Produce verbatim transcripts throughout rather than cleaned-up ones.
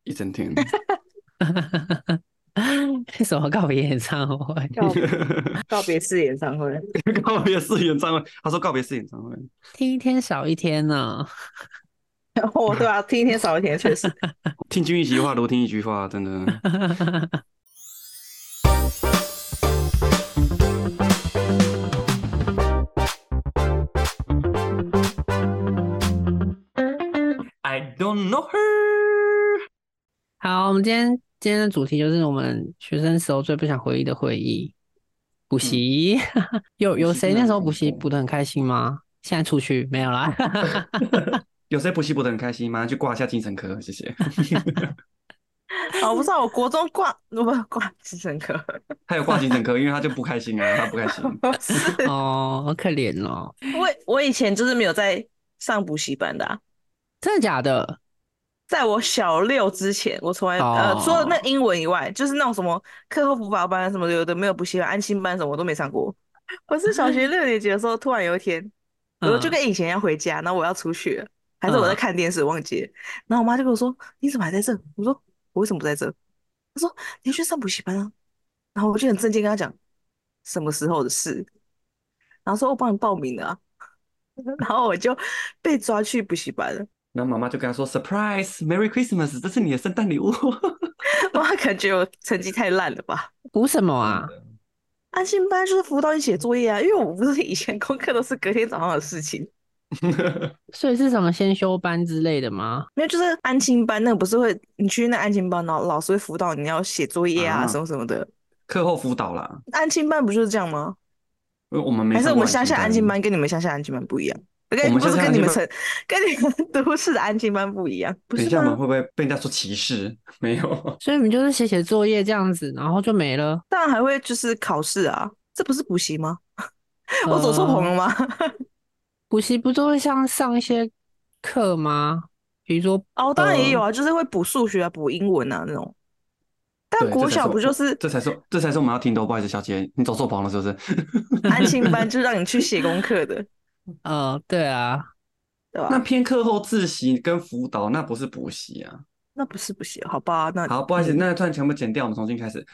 一整天。 什么告别演唱会？ 告告别式演唱会。 告别式演唱会，他说告别式演唱会。 听一天少一天呢。 哦，对啊，听一天少一天，确实。 听君一席话，如听一句话，真的。I don't know her。 好，我们今天今天的主题就是我们学生时候最不想回忆的回忆——补嗯， 习。有有补习真的很谁那时候补恐怖。 习补得很开心吗？现在出去没有啦。 有谁补习补得很开心吗？去挂一下精神科，谢谢。 哦，不知道，我国中挂不挂精神科。 他有挂精神科，因为他就不开心啊，他不开心。 不是， 哦，好可怜哦。 我我以前就是没有在上补习班的啊。 真的假的？ 在我小六之前，我从来呃除了那哦， 英文以外，就是那种什么课后辅导班什么的，有的没有补习班、安心班什么我都没上过。我是小学六年级的时候，突然有一天，我就嗯跟以前要回家，然后我要出去了，还是我在嗯看电视忘记了，然后我妈就跟我说：“你怎么还在这？”我说：“我为什么不在这？”她说：“你要去上补习班啊。”然后我就很震惊跟她讲什么时候的事，然后说我帮你报名了啊，然后我就被抓去补习班了。 然后妈妈就跟他说：“Surprise，Merry Christmas，这是你的圣诞礼物。” 我感觉我成绩太烂了吧。 补什么啊？ 真的。 安心班就是辅导你写作业啊，因为我不是以前功课都是隔天早上的事情。 所以是什么先修班之类的吗？ 没有，就是安亲班那个不是会，你去那安亲班，然后老师会辅导你要写作业啊什啊， 么什么的。 课后辅导啦， 安亲班不就是这样吗？ 因为我们没还是上过安我们乡下安亲班。 亲班跟你们乡下安亲班不一样？跟不是我们乡下安亲班， 跟你们城跟你们都市的安亲班不一样，不等一下我们是吗？ 会不会被人家说歧视？没有。 所以你们就是写写作业这样子，然后就没了。 当然还会就是考试啊，这不是补习吗？我走错棚呃， 了吗？ 补习不都会像上一些课吗？比如说， 哦，当然也有呃， 啊，就是会补数学啊、补英文啊那种。但对，这国小才是我， 不就是这才是这才是我们要听的。不好意思，小姐，你走错棚了是不是？ 安亲班，就是让你去写功课的， 呃，对啊。 对吧？ 那偏课后自习跟辅导，那不是补习啊。 那不是不行，好吧？那好，不好意思， 嗯， 那突然全部剪掉，我们重新开始。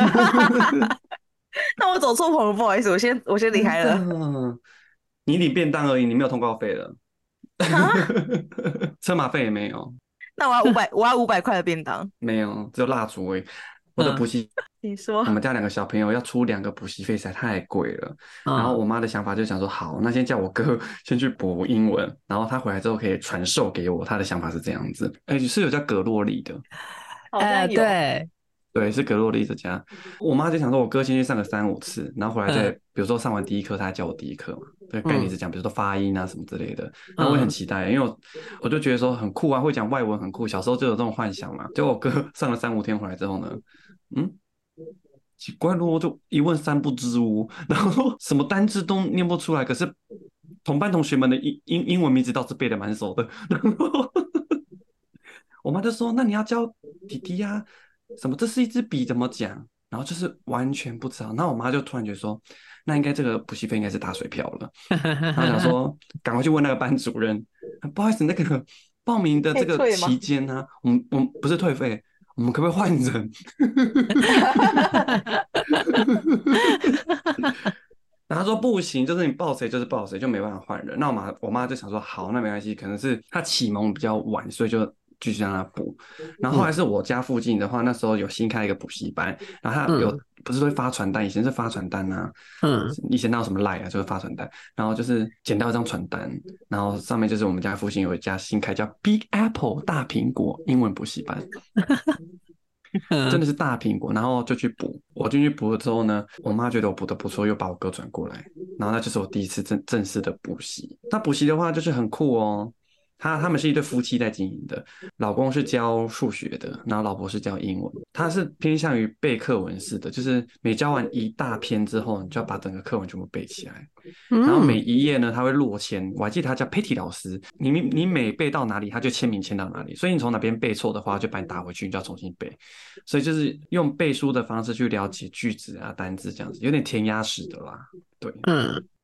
那我走错棚了，不好意思，我先我先离真的， 开了。 你领便当而已，你没有通告费了。 啊， 车马费也没有。 那我要五百，我要五百块的便当。 没有，只有蜡烛而已。我的补嗯习， 你说， 我们家两个小朋友要出两个补习费，实在太贵了。然后嗯我妈的想法就想说，好，那先叫我哥先去补英文，然后他回来之后可以传授给我。他的想法是这样子，哎，是有叫葛洛丽的。 呃， 好像有。 对。 对，是格洛丽这家。我妈就想说，我哥先去上个三五次，然后回来再， 嗯比如说上完第一课，他还教我第一课嘛。这个概念嗯是讲，比如说发音啊什么之类的。那我也很嗯， 期待，因为我我就觉得说很酷啊，会讲外文很酷。小时候就有这种幻想嘛。结果我哥上了三五天回来之后呢，嗯，奇怪咯，就一问三不知哦，然后什么单字都念不出来，可是同班同学们的英英英文名字倒是背的蛮熟的。然后我妈就说：“那你要教弟弟呀、什么？这是一支笔，怎么讲？”然后就是完全不知道。然后我妈就突然觉得说：“那应该这个补习费应该是打水漂了。”然后想说赶快去问那个班主任，不好意思，那个报名的可以这个退吗？ 期间呢、我们我们不是退费，我们可不可以换人？然后他说不行，就是你报谁就是报谁，就没办法换人。那我妈我妈就想说，好，那没关系，可能是她启蒙比较晚，所以就继续让她补。然后后来嗯是我家附近的话，那时候有新开一个补习班，然后他有嗯不是会发传单，以前是发传单啊， 嗯以前哪有什么赖啊，就是发传单，然后就是捡到一张传单，然后上面就是我们家附近有一家新开叫 Big Apple 大苹果英文补习班。真嗯， 的是大苹果，然后就去补。我进去补了之后呢，我妈觉得我补的不错，又把我哥转过来，然后那就是我第一次正正式的补习。那补习的话就是很酷哦，他他们是一对夫妻在经营的，老公是教数学的，然后老婆是教英文。他是偏向于背课文式的，就是每教完一大篇之后，你就要把整个课文全部背起来。然后每嗯， 一页呢，他会落签，我还记得他叫 Patty 老师，你你每背到哪里，他就签名签到哪里，所以你从哪边背错的话，就把你打回去，你就要重新背。所以就是用背书的方式去了解句子啊、单字这样子，有点填鸭式的啦。对， 嗯，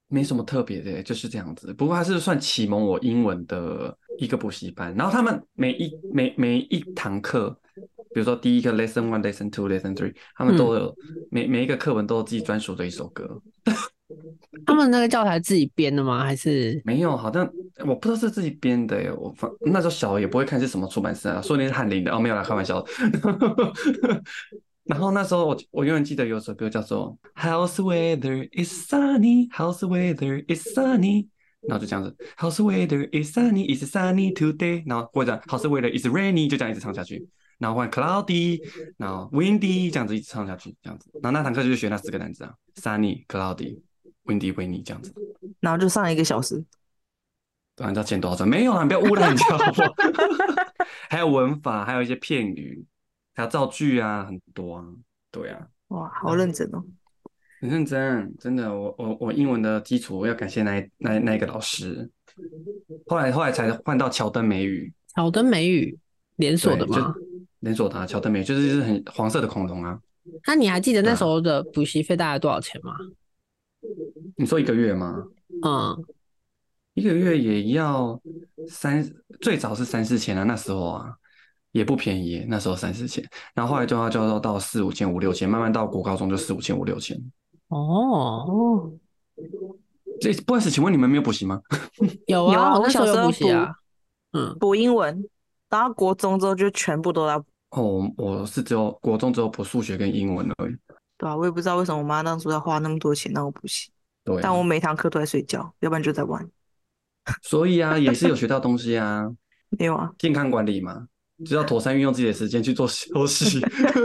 没什么特别的，就是这样子。不过它是算启蒙我英文的一个补习班，然后他们每一每每一堂课，比如说第一个 lesson one、lesson two、lesson three，他们都嗯， 有每每一个课文都有自己专属的一首歌。 他们那个教材自己编的吗？还是没有，好像我不知道是自己编的耶。我反那时候小也不会看是什么出版社啊，说不定是翰林的哦，没有啦，开玩笑的。然后那时候我我永远记得有首歌叫做《How's the weather is sunny, How's the weather is sunny》，然后就这样子，How's the weather is sunny, Is it sunny today？然后或者 How's the weather is rainy，就这样一直唱下去。然后换 cloudy，然后 windy，这样子一直唱下去，这样子。然后那堂课就是学那四个单词啊，sunny、cloudy、windy、rainy 这样子。 然后就上一个小时。 不然知道欠多少钱？没有啦，你不要污染人家好不好？还有文法，还有一些片语，还有造句啊，很多啊。对啊， 哇，好认真哦。 很认真，真的。我我我英文的基础要感谢那一那那一个老师。后来后来才换到乔登美语， 乔登美语连锁的对，就吗？ 连锁的啊乔登美语，就是就是很黄色的恐龙啊。 那你还记得对啊， 那时候的补习费大概多少钱吗？ 你说一个月吗？ 嗯， 一个月也要三，最早是三四千啊，那时候啊也不便宜耶，那时候三四千，然后后来就要就要到四五千、五六千，慢慢到国高中就四五千、五六千。 哦， 哦， 这不好意思，请问你们没有补习吗？ 有啊， 有啊， 我那时候有我小时候补补习啊。嗯， 补英文，然后国中之后就全部都在补。 哦，我我是只有国中只有补数学跟英文而已。 对啊，我也不知道为什么我妈当初要花那么多钱让我补习， 对啊， 但我每堂课都在睡觉，要不然就在玩。 所以啊，也是有学到东西啊， 没有啊， 健康管理嘛，就要妥善运用自己的时间去做休息。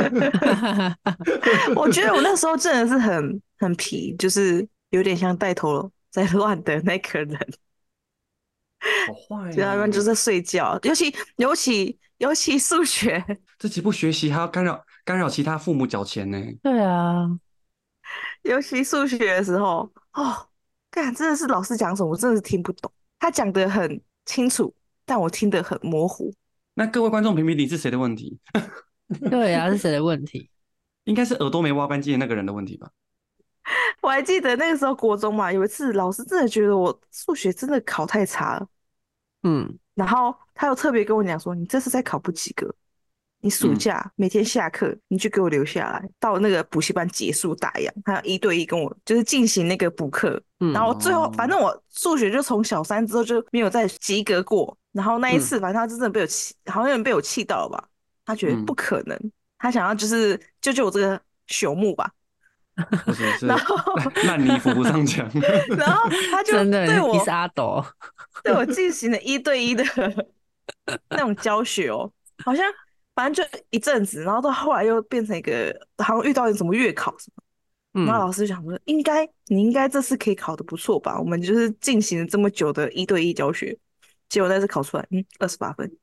我觉得我那时候真的是很很皮，就是有点像带头在乱的那个人， 好坏就要不然就哦， 在睡觉，尤其尤其尤其数学， 自己不学习还要干扰干扰其他父母缴钱呢。 对啊， 尤其数学的时候，哦，干真的是老师讲什么我真的是听不懂，他讲得很清楚，但我听得很模糊。 那各位观众评评理是谁的问题？ 对啊，是谁的问题？ 应该是耳朵没挖干净的那个人的问题吧？ 我还记得那个时候国中嘛，有一次老师真的觉得我数学真的考太差了， 嗯然后他又特别跟我讲说，你这次再考不及格，你暑嗯假每天下课你就给我留下来，到那个补习班结束打烊，他要一对一跟我就是进行那个补课，然嗯后最后反哦， 正我数学就从小三之后就没有再及格过，然后那一嗯次反正他真的被我气，好像有点被我气到了吧，他觉得不嗯， 可能，他想要就是救救我这个朽木吧， 不是是然后烂烂泥扶不上墙。 然后他就真的，你是对我阿斗。 对我进行了一对一的那种教学哦，好像反正就一阵子，然后到后来又变成一个好像遇到什么月考什么，然后嗯， 老师就想说，应该你应该这次可以考得不错吧？我们就是进行了这么久的一对一教学，结果那次考出来，嗯，二十八分，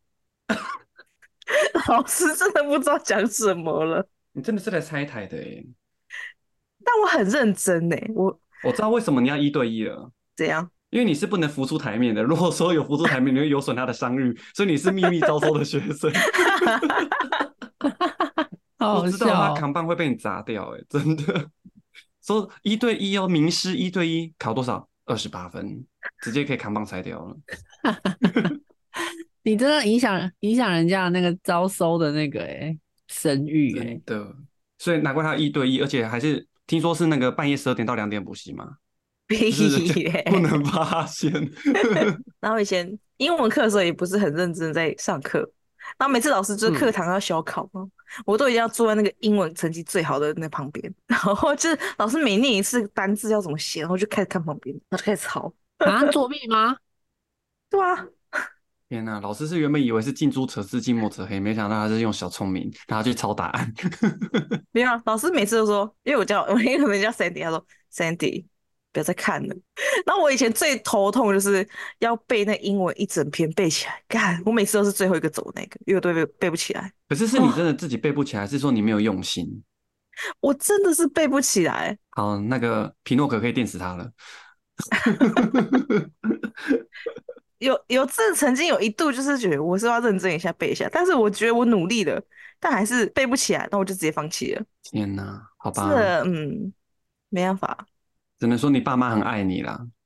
老师真的不知道讲什么了， 你真的是来拆台的诶。 但我很认真呢，我我知道为什么你要一对一了， 怎样？ 因为你是不能浮出台面的。如果说有浮出台面，你会有损他的商誉，所以你是秘密招收的学生。 好好我知道他笑哦。 扛棒会被你砸掉，哎，真的。说一对一哦，名师一对一考多少？二十八分，直接可以扛棒拆掉了。 你真的影响影响人家的那个招收的那个诶声誉诶。 真的。所以难怪他一对一，而且还是听说是那个半夜十二点到两点补习嘛， 屁就是人家不嘞！ 能发现。 然后以前英文课的时候也不是很认真地在上课，然后每次老师就是课嗯， 堂要小考嘛，我都一定要坐在那个英文成绩最好的那旁边，然后就是老师每念一次单字要怎么写，然后就开始看旁边，然后就开始抄。 啊，作弊吗？ 对啊， 天呐，老师是原本以为是近朱者赤，近墨者黑，没想到他是用小聪明，然后去抄答案。 没有啊，老师每次都说，因为我叫我英文名叫 Sandy，他说 Sandy 不要再看了。然后我以前最头痛就是要背那英文一整篇背起来，干，我每次都是最后一个走的那个，因为我都背背不起来。 可是是你真哦， 的自己背不起来，还是说你没有用心？ 我真的是背不起来。 好，那个皮诺可可以电死他了。 有有这曾经有一度就是觉得我是要认真一下背一下，但是我觉得我努力了，但还是背不起来，那我就直接放弃了。 天呐，好吧， 这嗯没办法， 只能说你爸妈很爱你啦。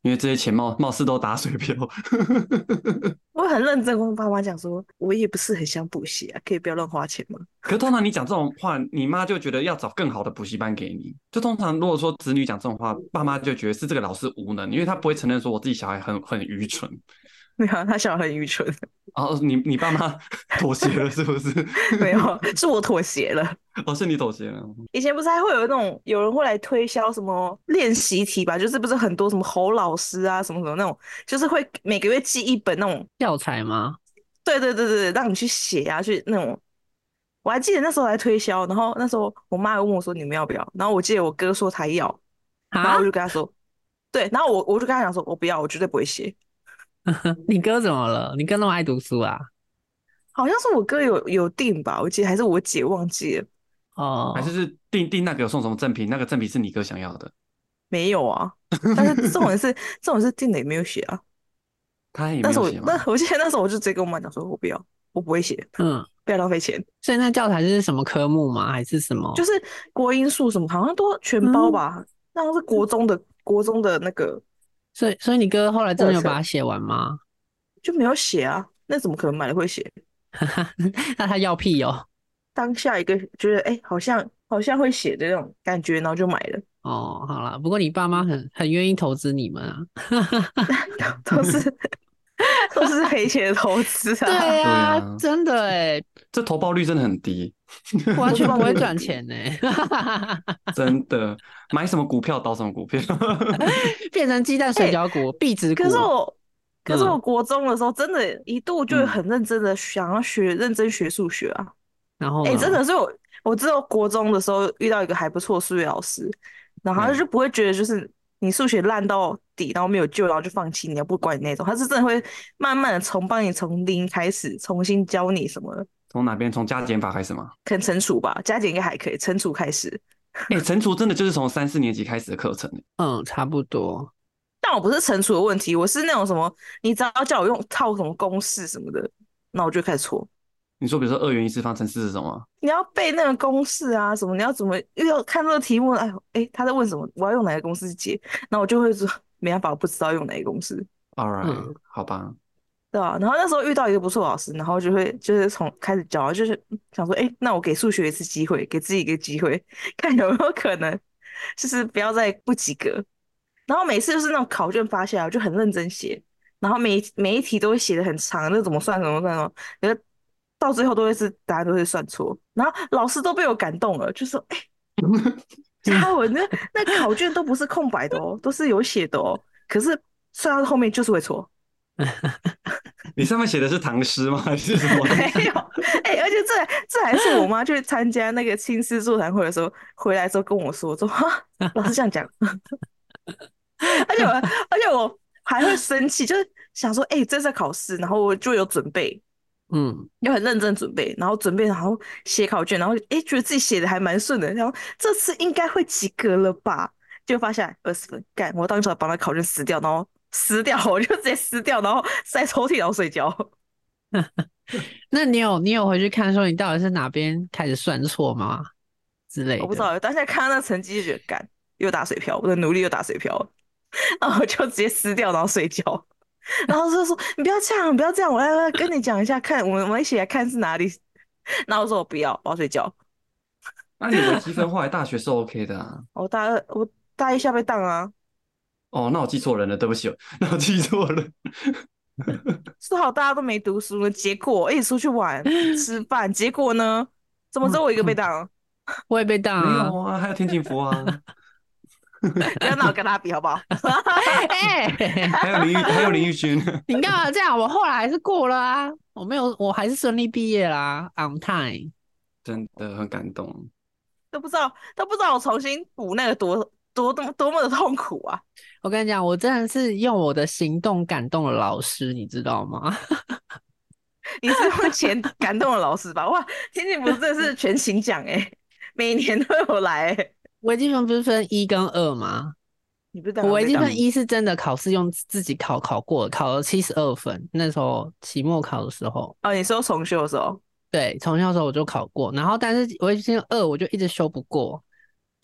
因为这些钱貌貌似都打水漂。 我很认真跟我爸妈讲说，我也不是很想补习啊，可以不要乱花钱吗？ 可是通常你讲这种话，你妈就觉得要找更好的补习班给你。就通常如果说子女讲这种话，爸妈就觉得是这个老师无能，因为他不会承认说我自己小孩很很愚蠢。 没有，他小孩很愚蠢。 然后你你爸妈妥协了是不是？ 没有，是我妥协了。 哦，是你妥协了。 以前不是还会有那种有人会来推销什么练习题吧？就是不是很多什么侯老师啊什么什么那种，就是会每个月寄一本那种教材吗？ 对对对对，让你去写啊，去那种。我还记得那时候来推销，然后那时候我妈问我说你们要不要，然后我记得我哥说他要，然啊后我就跟他说，对，然后我我就跟他讲说我不要，我绝对不会写。 你哥怎么了？你哥那么爱读书啊？ 好像是我哥有有订吧，我记得还是我姐忘记了， 还是哦， 是订订那个有送什么赠品？那个赠品是你哥想要的， 没有啊。但是这种人是这种人是订的也没有写啊。 他也但是我没有写吗？ 那我记得那时候我就直接跟我妈讲说，我不要，我不会写， 嗯， 不要浪费钱。 所以那教材是什么科目吗？还是什么？ 就是国英数什么好像都全包嗯， 吧，那好像是国中的国中的那个所以所以你哥后来真的课程有把它写完吗？ 就没有写啊，那怎么可能买了会写？ 那他要屁哦。 当下一个觉得哎、欸好像好像会写的那种感觉，然后就买了。 哦，好啦，不过你爸妈很很愿意投资你们啊。 都是都是赔钱的投资对啊。 对啊， 啊， 真的哎， 这投报率真的很低， 完全不会很低赚钱呢。 真的。买什么股票倒什么股票。 变成鸡蛋水哎、 饺股、壁纸股。 可是我可是我嗯， 国中的时候，真的一度就嗯， 很认真的想要学认真学数学啊。哎、 然后呢？ 真的是我我只有国中的时候遇到一个还不错的数学老师，然后他哎， 就不会觉得就是你数学烂到底，然后没有救，然后就放弃，你要不管你那种，他是真的会慢慢的从帮你从零开始重新教你什么的， 从哪边？从加减法开始吗？ 可能乘除吧，加减应该还可以，乘除开始。 哎，乘除真的就是从三四年级开始的课程。 嗯，差不多。 但我不是乘除的问题，我是那种什么，你只要叫我用套什么公式什么的，那我就开始错。 你说比如说二元一次方程式是什么？ 你要背那个公式啊，什么你要怎么又要看这个题目，哎呦，哎，他在问什么，我要用哪个公式解，然后我就会说没办法，我不知道用哪个公式， All right， 嗯， 好吧。 对吧、然后那时候遇到一个不错的老师，然后就会就是从开始教，就是想说，哎，那我给数学一次机会，给自己一个机会，看有没有可能，就是不要再不及格。然后每次就是那种考卷发下来，我就很认真写，然后每一每一题都会写的很长，那怎么算怎么算哦，可是到最后都会是答案都会算错，然后老师都被我感动了，就说：“哎、嘉文，那那考卷都不是空白的哦，都是有写的哦，可是算到后面就是会错。” 你上面写的是唐诗吗？还是什么东西？ 没有，哎、而且这这还是我妈去参加那个亲师座谈会的时候，回来之后跟我说，说哈，老师这样讲，而且我而且我还会生气，就是想说，哎、这次考试，然后我就有准备， 嗯， 就很认真准备，然后准备，然后写考卷，然后哎、觉得自己写的还蛮顺的，然后这次应该会及格了吧？就发现二十分，干，我当场把那考卷撕掉，然后撕掉，我就直接撕掉，然后塞抽屉，然后睡觉。 那你有你有回去看说你到底是哪边开始算错吗之类的？ 我不知道，当下看到那成绩就觉得干又打水漂，我的努力又打水漂，然后我就直接撕掉，然后睡觉。然后就说你不要这样，不要这样，我来来跟你讲一下，看我们我们一起来看是哪里。然后我说我不要，我要睡觉。 那你微积分后来大学是 OK 的啊。 我大二我大一下被当啊， 哦，那我记错人了，对不起，那我记错了。 说好大家都没读书呢，结果一起出去玩吃饭，结果呢，怎么只有我一个被当？ 我也被当没啊！ 有啊，还有天津福啊， 不要拿我跟他比好不好？ 哎、 还有林玉，还有林玉君。 你干嘛这样？我后来还是过了啊，我没有，我还是顺利毕业啦，on time。 真的很感动。 都不知道都不知道我重新补那个多多多多么的痛苦啊！ 我跟你讲，我真的是用我的行动感动了老师，你知道吗？ 你是用钱感动了老师吧？哇，天津不是真的是全勤奖哎，每年都有来哎。 微积分不是分一跟二吗？ 你不是代我表被当微积分一是真的考试用自己考考过的，考了七十二分。那时候期末考的时候， 哦？你说重修的时候， 对，从小的时候我就考过，然后但是微积分二我就一直修不过，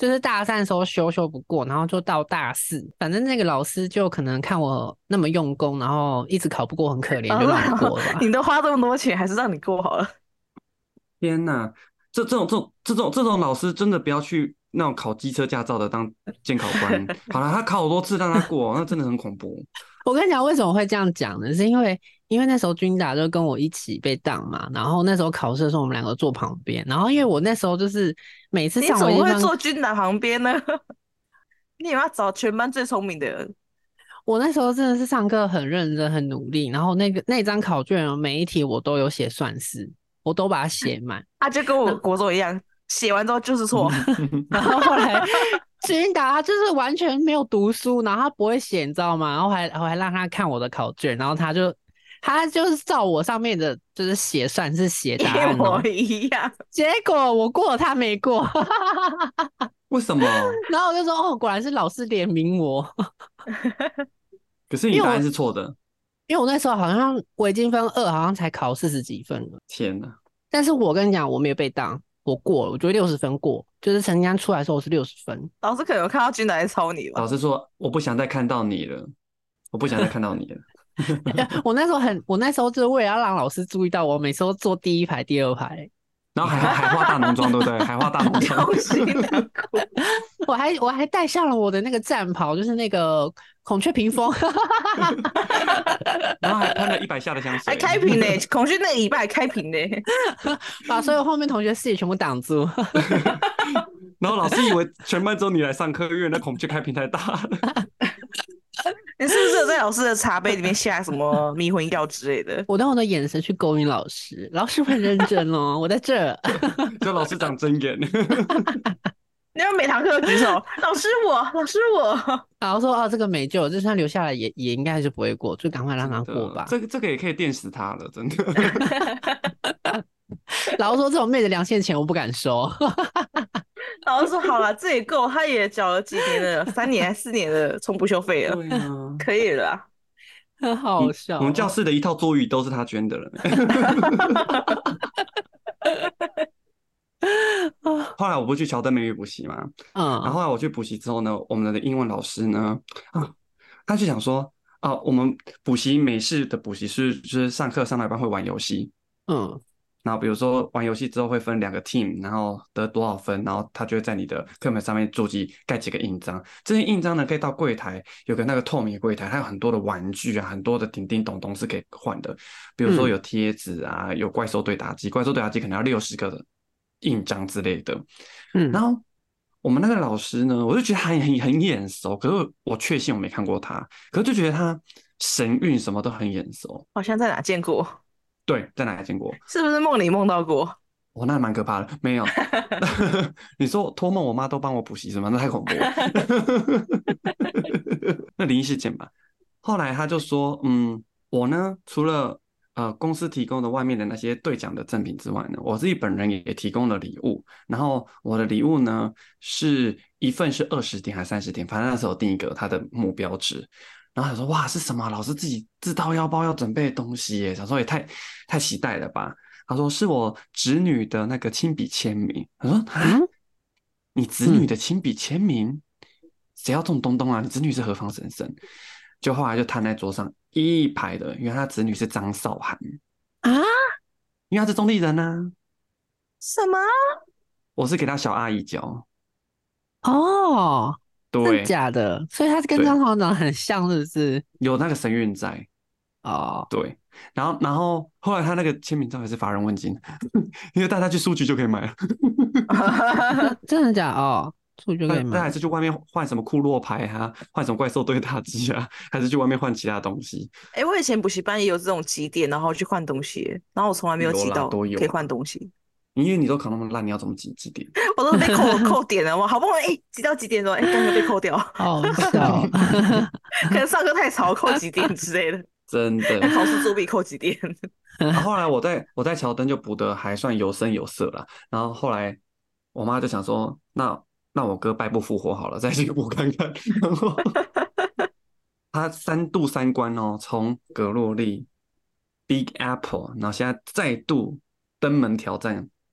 就是大三的时候修修不过，然后就到大四，反正那个老师就可能看我那么用功，然后一直考不过很可怜，就让我过了吧。 你都花这么多钱，还是让你过好了。 天哪，这这种这种这种这种老师真的不要去那种考机车驾照的当监考官。好了，他考好多次让他过，那真的很恐怖。 我跟你讲，为什么会这样讲呢？是因为因为那时候君达就跟我一起被当嘛，然后那时候考试的时候我们两个坐旁边，然后因为我那时候就是每次你怎么会上微积分， 坐军达旁边呢？你也要找全班最聪明的人。 我那时候真的是上课很认真、很努力，然后那个那张考卷每一题我都有写算式，我都把它写满。 他就跟我国中一样，写完之后就是错。 然后后来君达他就是完全没有读书，然后他不会写，你知道吗？然后还我还让他看我的考卷，然后他就他就是照我上面的，就是写算是写答案一模哦。 一样。 结果我过，他没过。 为什么？ 然后我就说哦，果然是老师怜悯我。 可是你答案是错的。 因为我那时候好像微积分二好像才考四十几分了， 天哪！ 但是我跟你讲，我没有被当，我过了，我觉得六十分过，就是成绩单出来的时候我是六十分。 老师可能有看到军达在抄你吧？ 老师说我不想再看到你了，我不想再看到你了。 我那时候很，我那时候就是为了要让老师注意到我，每次都坐第一排、第二排。 然后还还画大浓妆，对不对？还画大浓妆， 用心良苦。 我还我还戴上了我的那个战袍，就是那个孔雀屏风。 然后还喷了一百下的香水， 还开屏呢，孔雀那个礼拜还开屏呢， 把所有后面同学视野全部挡住。 然后老师以为全班只有你来上课，因为那孔雀开屏太大了。 你是不是有在老师的茶杯里面下什么迷魂药之类的？ 我用我的眼神去勾引老师，老师很认真哦，我在这。 就老师长真眼。 你要每堂课都举手，老师我，老师我。 然后说哦，这个没救，就算留下来也也应该是不会过，就赶快让他过吧。 这个这个也可以电死他了，真的。 然后说这种昧着良心的钱我不敢收。 老师说好了，这也够，他也缴了几年了，三年还四年的重补修费了， 对啊， 可以了啦。 很好笑。 我们教室的一套桌椅都是他捐的了。后来我不去乔登美语补习嘛， 嗯， 然后后来我去补习之后呢，我们的英文老师呢，啊，他就想说，啊，我们补习美式的补习是就是上课上到一半会玩游戏， 嗯， 然后比如说玩游戏之后会分两个 team，然后得多少分，然后他就会在你的课本上面注记盖几个印章。这些印章呢，可以到柜台有个那个透明柜台，它有很多的玩具啊，很多的叮叮咚咚是可以换的。比如说有贴纸啊，有怪兽对打机，怪兽对打机可能要六十个印章之类的。 嗯， 然后我们那个老师呢，我就觉得他很很眼熟，可是我确信我没看过他，可是就觉得他神韵什么都很眼熟。 好像在哪见过， 对，在哪里见过？ 是不是梦里梦到过？ 哦，那蛮可怕的。没有，你说我托梦，我妈都帮我补习什么？那太恐怖了。那灵异事件吧。后来他就说，嗯，我呢，除了呃公司提供的外面的那些兑奖的赠品之外呢，我自己本人也提供了礼物。然后我的礼物呢，是一份是二十点还是三十点，反正那时候定一个他的目标值。然后他说：“哇，是什么？老师自己自掏腰包要准备的东西耶！想说也太太期待了吧？”他说：“是我侄女的那个亲笔签名。”他说：“啊，你侄女的亲笔签名，谁要这种东东啊？你侄女是何方神圣？”就后来就摊在桌上一排的，因为他侄女是张韶涵啊， 因为他是中立人啊。 什么？ 我是给他小阿姨教。 哦，真的对假的？所以他跟对， 张校长很像，是不是？ 有那个神韵在。 哦， 对，然后然后后来他那个签名照也是乏人问津，因为大家去书局就可以买了。 真的假的？哦，出就可以但但买还是去外面换什么库洛牌啊，换什么怪兽对打机啊，还是去外面换其他东西？ 哎、我以前补习班也有这种集点，然后去换东西，然后我从来没有有啦， 集到可以都有啦。 换东西， 因为你都考那么烂，你要怎么几几点？ 我都是被扣扣点了。我好不容易哎集到几点了，哎，刚刚被扣掉， 好好笑。 可能上课太吵扣几点之类的， 真的。 考试作弊扣几点。 然后后来我在我在乔登就补得还算有声有色啦。然后后来我妈就想说，那那我哥败不复活好了，再去补看看。然后他三度三关哦，从格洛丽、Big Apple，然后现在再度登门挑战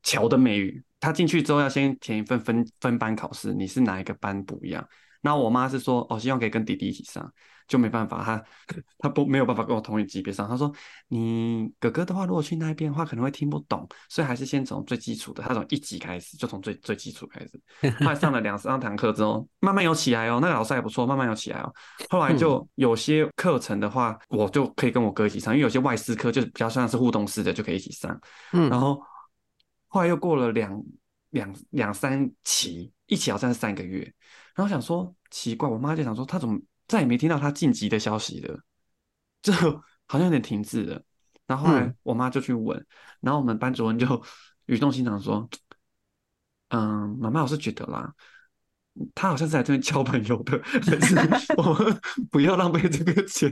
桥的美语。他进去之后要先填一份分分班考试，你是哪一个班不一样。然后我妈是说，哦，希望可以跟弟弟一起上，就没办法，他他不没有办法跟我同一级别上。他说，你哥哥的话，如果去那边的话，可能会听不懂，所以还是先从最基础的，他从一级开始，就从最最基础开始。后来上了两三堂课之后，慢慢有起来哦，那个老师还不错，慢慢有起来哦。后来就有些课程的话，我就可以跟我哥一起上，因为有些外事课就是比较像是互动式的，就可以一起上。 嗯， 然后后来又过了两两两三期，一期好像是三个月。然后想说奇怪，我妈就想说她怎么再也没听到她晋级的消息了，就好像有点停滞了。然后后来嗯， 我妈就去问，然后我们班主任就语动心长说：“嗯，妈妈，我是觉得啦，他好像是来这边交朋友的，还是我们不要浪费这个钱。”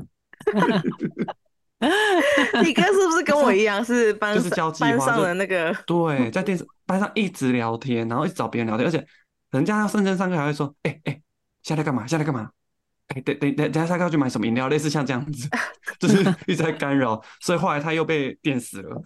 你哥是不是跟我一样是就是班上交际花， 班上就的那个？ 对，在电视班上一直聊天，然后一直找别人聊天，而且人家要认真上课还会说：“哎、哎、现在在干嘛？现在在干嘛？哎、等等等等下下课要去买什么饮料？”类似像这样子，就是一直在干扰，所以后来他又被电死了。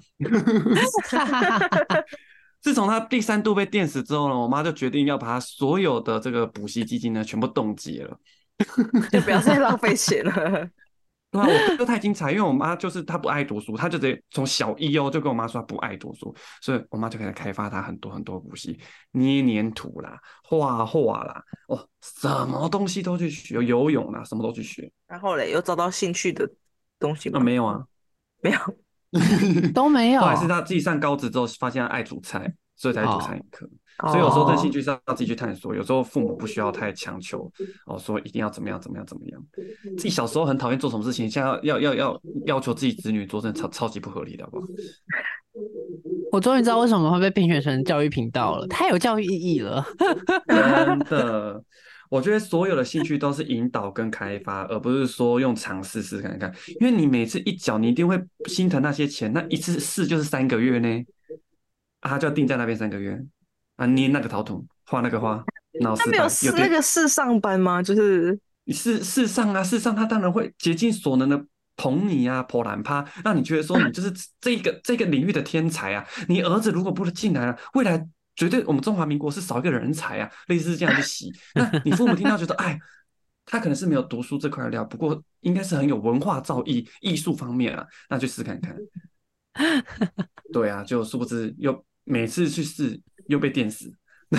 自从他第三度被电死之后呢，我妈就决定要把他所有的这个补习基金呢全部冻结了。 就不要再浪费钱了。 对啊，我哥太精彩，因为我妈就是她不爱读书，她就直接从小一哦就跟我妈说她不爱读书，所以我妈就开始开发她很多很多补习，捏黏土啦、画画啦，哦，什么东西都去学，游泳啦，什么都去学。 然后嘞，有找到兴趣的东西那、 吗？ 没有啊， 没有。 都没有。 后来是他自己上高职之后，发现他爱煮菜，所以才去读餐哦饮科。所以有时候这兴哦， 趣是要自己去探索，有时候父母不需要太强求哦，说一定要怎么样怎么样怎么样。自己小时候很讨厌做什么事情，现在要要要要要求自己子女做，真的超超级不合理的，好不好？ 我终于知道为什么会被评选成教育频道了，太有教育意义了。 真的，我觉得所有的兴趣都是引导跟开发，而不是说用尝试试看看。因为你每次一缴，你一定会心疼那些钱，那一次试就是三个月呢，啊，他就要定在那边三个月啊，捏那个陶土，画那个花，脑他没有失败，有试那点个试上班吗？就是你事事上啊，事上他当然会竭尽所能的捧你啊，捧懒趴，让你觉得说你就是这个这个领域的天才啊。你儿子如果不进来了，未来绝对我们中华民国是少一个人才啊，类似这样去洗。那你父母听到觉得，哎，他可能是没有读书这块料，不过应该是很有文化造诣、艺术方面啊，那去试看看。对啊，就殊不知又每次去试又被电死。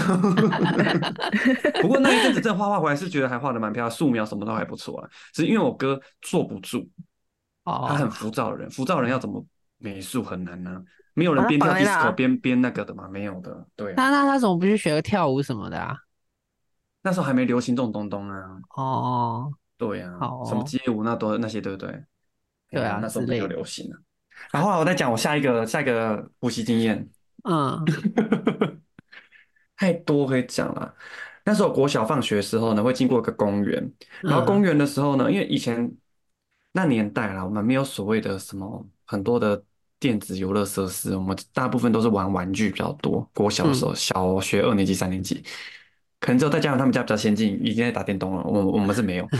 不过那一阵子真的画画回来是觉得还画的蛮漂亮，素描什么都还不错啊。只是因为我哥坐不住，他很哦， 浮躁的人，浮躁的人要怎么美术很难呢、没有把他人边跳绑在 disco 那。 边边那个的嘛，没有的。对啊， 那那他怎么不去学个跳舞什么的啊？ 那时候还没流行这种东东啊。 哦， 对啊， 好哦， 什么街舞那都那些对不对？哎呀， 对啊那时候比较之类的。 流行啊。然后后来我再讲我下一个下一个补习经验。 嗯太多可以讲了。那时候国小放学的时候呢，会经过一个公园，然后公嗯园的时候呢，因为以前那年代啦，我们没有所谓的什么很多的电子游乐设施，我们大部分都是玩玩具比较多。国小的时嗯， 候，小学二年级、三年级，可能只有再加上他们家比较先进，已经在打电动了，我我们是没有。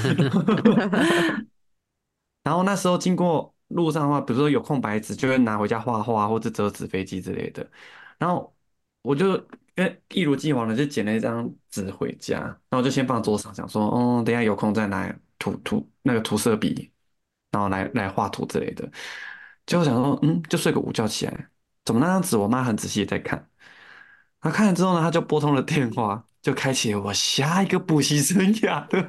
然后那时候经过路上的话，比如说有空白纸，就会拿回家画画或者折纸飞机之类的。然后我就因为一如既往的就捡了一张纸回家，然后就先放桌上，想说，哦，等一下有空再拿涂涂那个涂色笔，然后来来画图之类的。结果想说，嗯，就睡个午觉起来，怎么那张纸我妈很仔细的在看，她看了之后呢，她就拨通了电话，就开启了我下一个补习生涯的。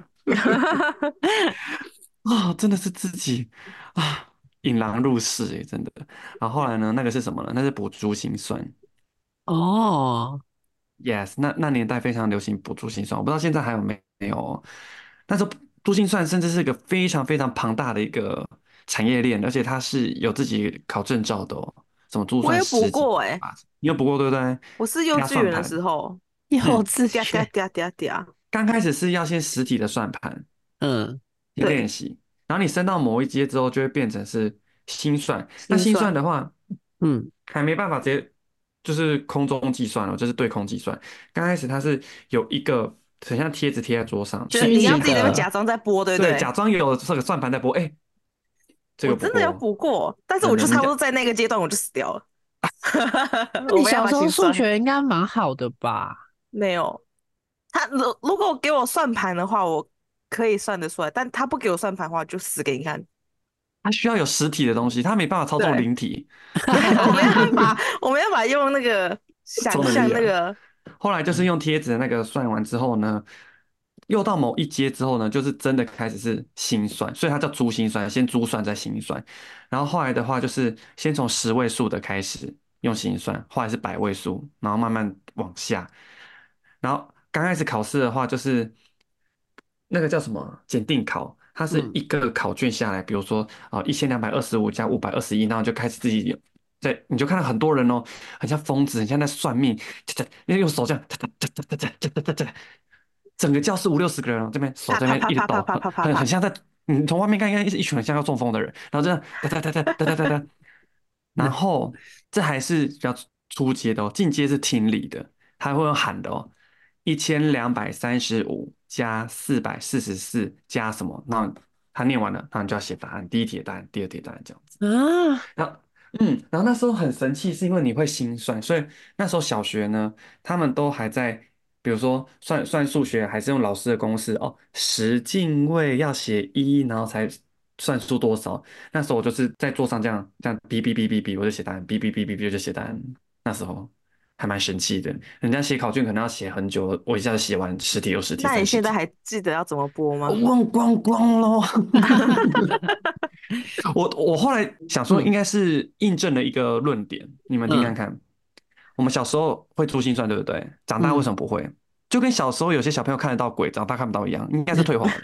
啊、真的是自己啊，引狼入室诶，真的。然后后来呢，那个是什么呢？那是补珠心算。 哦， Yes，那那年代非常流行补珠心算，我不知道现在还有没有哦。那时候珠心算甚至是一个非常非常庞大的一个产业链，而且它是有自己考证照的哦，什么珠我也补算十级、 过哎、 八级，你有补过对不对？ 我是幼加稚园的算盘， 时候， 幼嗯， 稚园。 嗲嗲嗲嗲嗲。 刚开始是要先实体的算盘， 嗯， 先练对， 习，然后你升到某一阶之后，就会变成是心算。那心算心算。 的话， 嗯， 还没办法直接就是空中计算哦，就是对空计算。刚开始它是有一个很像贴纸贴在桌上， 就是是虚拟你要自己在那边的。 假装在播，对不对， 对？ 假装有这个算盘在播。哎，这我真的有个不过补过，但是我就差不多真的你讲在那个阶段我就死掉了。 那我没办法你小时候心算， 数学应该蛮好的吧？ 没有。他如如果给我算盘的话，我可以算得出来，但他不给我算盘的话，就死给你看。 它需要有实体的东西，它没办法操作对， 灵体。 对，我没办法，我没办法用那个想超能力啊！ 象那个。 后来就是用贴纸的那个算完之后呢，又到某一阶之后呢，就是真的开始是心算，所以它叫珠心算，先珠算再心算。然后后来的话就是先从十位数的开始用心算，后来是百位数，然后慢慢往下。然后刚开始考试的话，就是那个叫什么检定考，它是嗯， 一个考卷下来，比如说啊一千两百二十五加五百二十一，然后就开始自己在，你就看到很多人哦，很像疯子，很像在算命，哒哒，因为用手这样哒哒哒哒哒哒哒哒哒，整个教室五六十个人哦，这边手啪这啪啪啪啪边一直抖，很啪啪啪啪。 很很像在，你从外面看应该是一群很像要中风的人，然后这样哒哒哒哒哒哒哒哒，然后这还是比较初阶的哦，进阶是听力的，还会有喊的哦，一千两百三十五加四百四十四加什么？那他念完了，那你就要写答案，第一题的答案，第二题的答案这样子。 啊， 然后，嗯，然后那时候很神奇，是因为你会心算，所以那时候小学呢，他们都还在，比如说算算数学，还是用老师的公式哦，十进位要写一，然后才算出多少。那时候我就是在桌上这样这样哔哔哔哔哔，我就写答案，哔哔哔哔哔我就写答案。那时候还蛮神奇的，人家写考卷可能要写很久，我一下子写完十题、二十题、 那你三十题， 现在还记得要怎么播吗？ 我忘光光喽。我我后来想说，应嗯该是印证了一个论点，你们听看嗯看。我们小时候会珠心算，对不对？长大为什嗯， 么不会？就跟小时候有些小朋友看得到鬼，长大看不到一样，应该是退化了。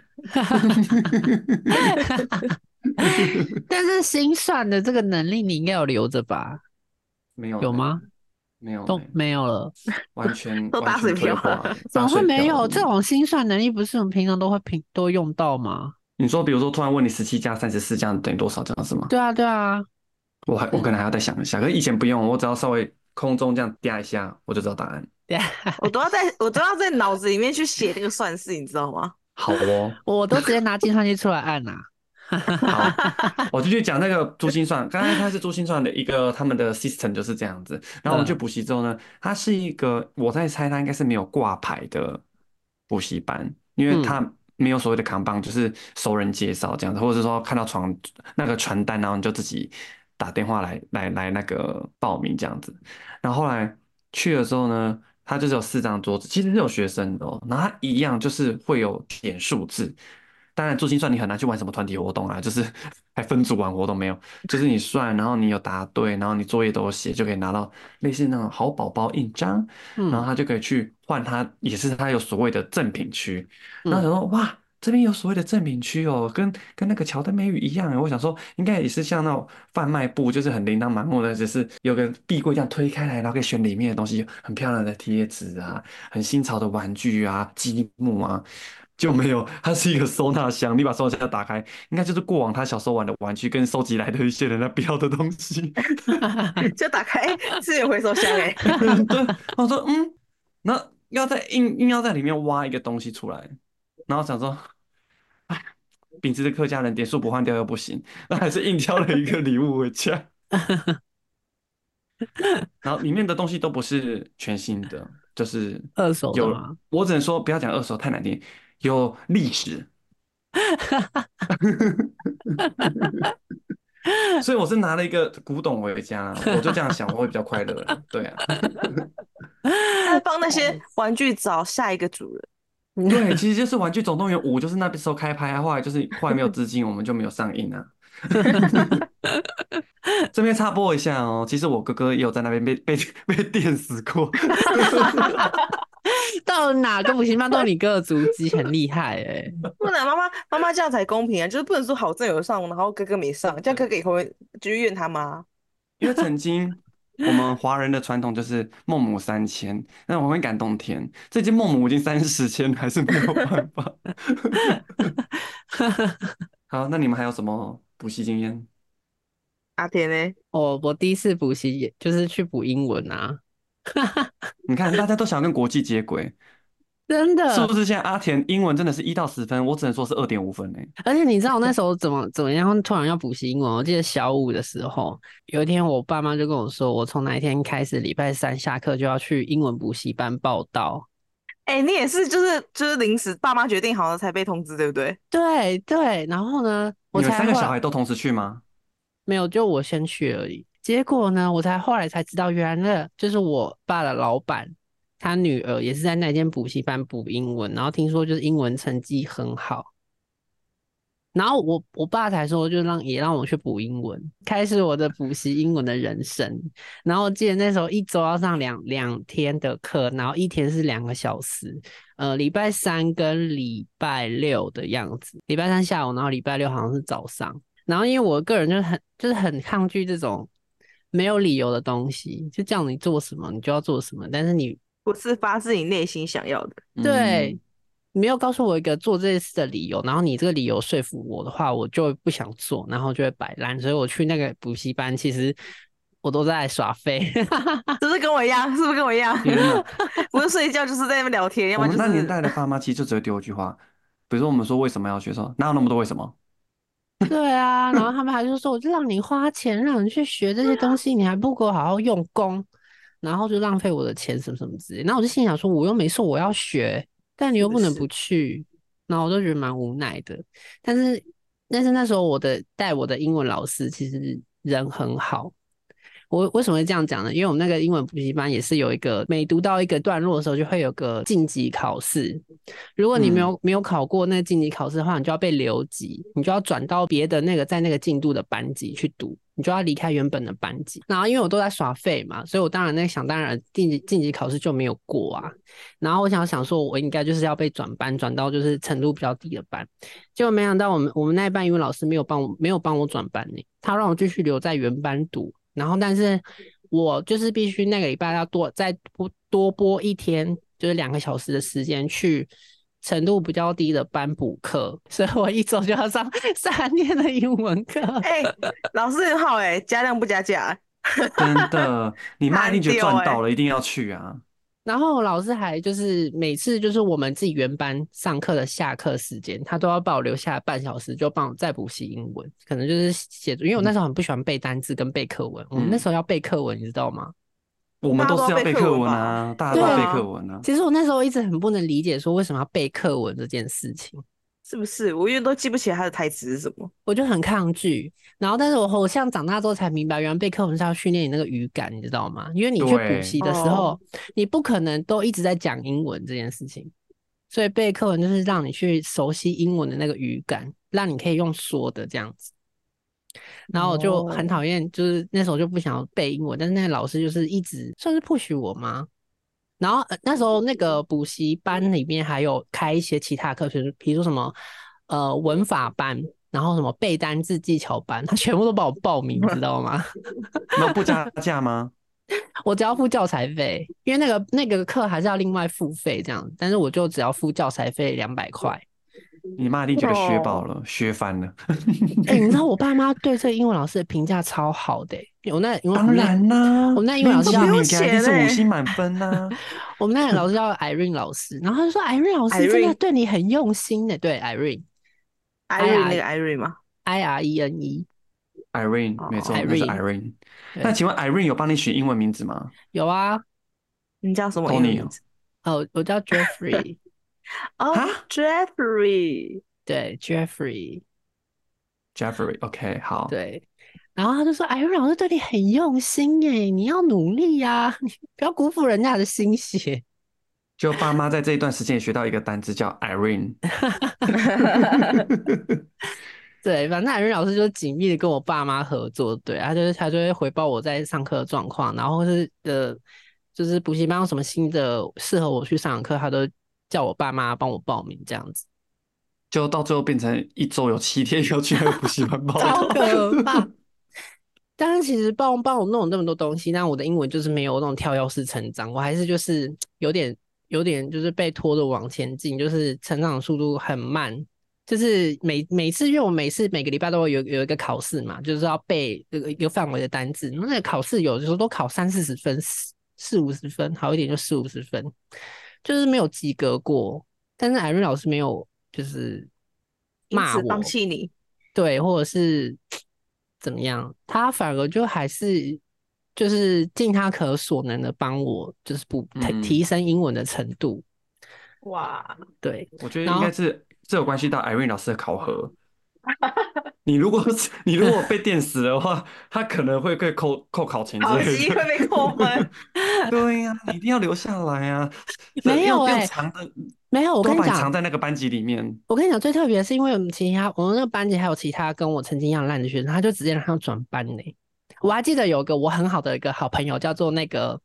但是心算的这个能力你应该有留着吧？ 没有呢， 有吗？都没有呢， 没有了， 完全都完全打水漂退化了， 了。 怎么会打水漂了。 没有？这种心算能力不是我们平常都会平都用到吗？ 你说，比如说突然问你十七加三十四这样等于多少，这样是吗？ 对啊，对啊， 我还我可能还要再想一下，可是以前不用，我只要稍微空中这样嗲一下，我就知道答案。 对啊， 我都要在我都要在脑子里面去写那个算式，你知道吗？ 好哦， 我都直接拿计算机出来按呐、 好，我就去讲那个珠心算。刚才它是珠心算的一个他们的 system 就是这样子。然后我们去嗯补习之后呢，它是一个我在猜它应该是没有挂牌的补习班，因为嗯它没有所谓的扛棒，就是熟人介绍这样子，或者是说看到传那个传单，然后你就自己打电话来来来那个报名这样子。然后后来去了之后呢，它就是有四张桌子，其实是有学生的哦，然后它一样就是会有点数字。当然，珠心算你很难去玩什么团体活动啊，就是还分组玩活动没有，就是你算，然后你有答对，然后你作业都有写，就可以拿到类似那种好宝宝印章，然后嗯他就可以去换他，也是他有所谓的赠品区。然后嗯想说哇，这边有所谓的赠品区哦，跟跟那个乔丹美语一样欸。我想说应该也是像那种贩卖部，就是很琳琅满目的，只是有个壁柜这样推开来，然后可以选里面的东西，很漂亮的贴纸啊，很新潮的玩具啊，积木啊。就没有，它是一个收纳箱。你把收纳箱打开，应该就是过往他小时候玩的玩具跟收集来的一些人他不要的东西。 就打开，哎，资源回收箱，哎。 对，我说嗯，那要在硬硬要在里面挖一个东西出来，然后想说，哎，秉持着客家人点数不换掉又不行，那还是硬挑了一个礼物回家。然后里面的东西都不是全新的，就是二手的有， 吗？ 我只能说不要讲二手太难听，有历史。所以我是拿了一个古董回家啦，我就这样想，我会比较快乐啦。对啊， 他帮那些玩具找下一个主人。 对，其实就是《玩具总动员五》，就是那时候开拍啊，后来就是后来没有资金，我们就没有上映啊。这边插播一下哦，其实我哥哥也有在那边被被被电死过。 到哪个补习班都有你哥的足迹，很厉害哎、 不能，妈妈妈妈这样才公平啊！就是不能说好正有上，然后哥哥没上，这样哥哥以后会就怨他妈。 因为曾经我们华人的传统就是孟母三迁，那我很感动天，这间孟母已经三十迁了，还是没有办法。好，那你们还有什么补习经验？ 阿田呢？ 我我第一次补习也就是去补英文啊， 你看，大家都想要跟国际接轨， 真的。 是不是现在阿田英文真的是一到十分，我只能说是二点五分呢、 而且你知道我那时候怎么怎么样突然要补习英文？我记得小五的时候，有一天我爸妈就跟我说，我从那一天开始，礼拜三下课就要去英文补习班报到。 哎、你也是，就是就是临时爸妈决定好了才被通知，对不对？ 对对，然后呢，我你们三个才后来小孩都同时去吗？ 没有，就我先去而已。结果呢，我才后来才知道，原来那就是我爸的老板，他女儿也是在那间补习班补英文，然后听说就是英文成绩很好。然后我我爸才说，就让也让我去补英文，开始我的补习英文的人生。然后我记得那时候一周要上两两天的课，然后一天是两个小时，呃，礼拜三跟礼拜六的样子，礼拜三下午，然后礼拜六好像是早上。然后因为我个人就是很就是很抗拒这种没有理由的东西，就叫你做什么你就要做什么，但是你不是发自你内心想要的。 对， 嗯， 你没有告诉我一个做这件事的理由，然后你这个理由说服我的话，我就不想做，然后就会摆烂。所以我去那个补习班，其实我都在耍废。 是不是跟我一样？是不是跟我一样？ 天哪！ 不是睡觉就是在那边聊天，要我们么就是那年代的爸妈其实就只会丢一句话，比如说我们说为什么要学，说哪有那么多为什么？ 对啊，然后他们还就说，我就让你花钱，让你去学这些东西，你还不给我好好用功，然后就浪费我的钱什么什么之类。那我就心想说，我又没说我要学，但你是不是？ 又不能不去，然后我就觉得蛮无奈的。但是，但是那时候我的带我的英文老师其实人很好，我为什么会这样讲呢？因为我们那个英文补习班也是有一个，每读到一个段落的时候，就会有个晋级考试。如果你没嗯， 有没有考过那个晋级考试的话，你就要被留级，你就要转到别的那个在那个进度的班级去读，你就要离开原本的班级。然后因为我都在耍废嘛，所以我当然那想当然晋级晋级考试就没有过啊。然后我想想说，我应该就是要被转班，转到就是程度比较低的班。结果没想到我们我们那一班英文老师没有帮我没有帮我转班呢，他让我继续留在原班读。然后，但是我就是必须那个礼拜要多再多多播一天，就是两个小时的时间去程度比较低的班补课，所以我一周就要上三天的英文课。 哎、老师很好哎、加量不加价， 真的，你妈一定觉得很丢哎、 赚到了，一定要去啊。 然后老师还就是每次就是我们自己原班上课的下课时间，他都要帮我留下半小时，就帮我再补习英文，可能就是写作，因为我那时候很不喜欢背单字跟背课文，我们那时嗯， 候要背课文，你知道吗？ 我们大家都要都是要背课背课文吧？ 文啊，大家对都要背对啊， 课文啊。 其实我那时候一直很不能理解，说为什么要背课文这件事情， 是不是？我永远都记不起来他的台词是什么。 我就很抗拒。然后，但是我我像长大之后才明白，原来背课文是要训练你那个语感，你知道吗？因为你去补对， 习的时哦， 候，你不可能都一直在讲英文这件事情，所以背课文就是让你去熟悉英文的那个语感，让你可以用说的这样子。然后我就很哦， 讨厌，就是那时候就不想要背英文，但是那个老师就是一直算是 push 我吗？然后、呃、那时候那个补习班里面还有开一些其他课程，比如说什么呃文法班，然后什么背单字技巧班，他全部都帮我报名，你知道吗？ 那不加价吗？ 我只要付教材费，因为那个那个课还是要另外付费这样，但是我就只要付教材费两百块。 你妈一定觉得学饱哦， 了，学翻了。 哎、你知道我爸妈对这个英文老师的评价超好的、欸，我那因为我当们那然啦， 我们那英文老师叫名其都不用名给他一定是五钱哎、 星满分呐、 我们那个老师叫 Irene 老师，然后他就说 Irene 老师真的 Irene 对你很用心的，对 Irene I Irene 那 R 个 Irene 吗？ I R E N E Irene，没错， 哦， 那是 Irene， Irene。那对， 请问 Irene 有帮你取英文名字吗有啊， 你叫什么英文 ？Tony 哦， 名字？ 哦，我叫 Jeffrey， 哦哈 ，Jeffrey。 对 Jeffrey， ，Jeffrey，OK，、好， 对，然后他就说 Irene 老师对你很用心耶，你要努力呀、你不要辜负人家的心血。 就爸妈在这一段时间也学到一个单词叫 Irene。 对，反正海瑞老师就紧密的跟我爸妈合作，对，他就是他就会回报我在上课的状况，然后是呃，就是补习班有什么新的适合我去上的课，他都叫我爸妈帮我报名这样子， 就到最后变成一周有七天要去那个补习班报超道。 可怕。但是其实帮帮我弄了那么多东西，但我的英文就是没有那种跳跃式成长，我还是就是有点有点就是被拖着往前进，就是成长速度很慢。就是每每次，因为我每次每个礼拜都会有有一个考试嘛，就是要背一个一个范围的单字。那个考试有的时候都考三四十分，四四五十分，好一点就四五十分。 就是没有及格过，但是艾瑞老师没有就是因此骂我， 放弃你。 对，或者是怎么样，他反而就还是就是尽他可所能的帮我，就是补提提嗯， 升英文的程度。 哇， 对， 我觉得然后应该是这有关系到 Irene 老师的考核。你如果你如果被电死的话，他可能会被扣扣考勤之考类的。 级会被扣分。 对呀、你一定要留下来啊！这用没有哎、 用藏的， 没有，我都要把你跟你讲， 藏在那个班级里面。 我跟你讲，最特别的是，因为我们其他我们那个班级还有其他跟我成绩一样烂的学生，他就直接让他转班嘞。我还记得有个我很好的一个好朋友，叫做那个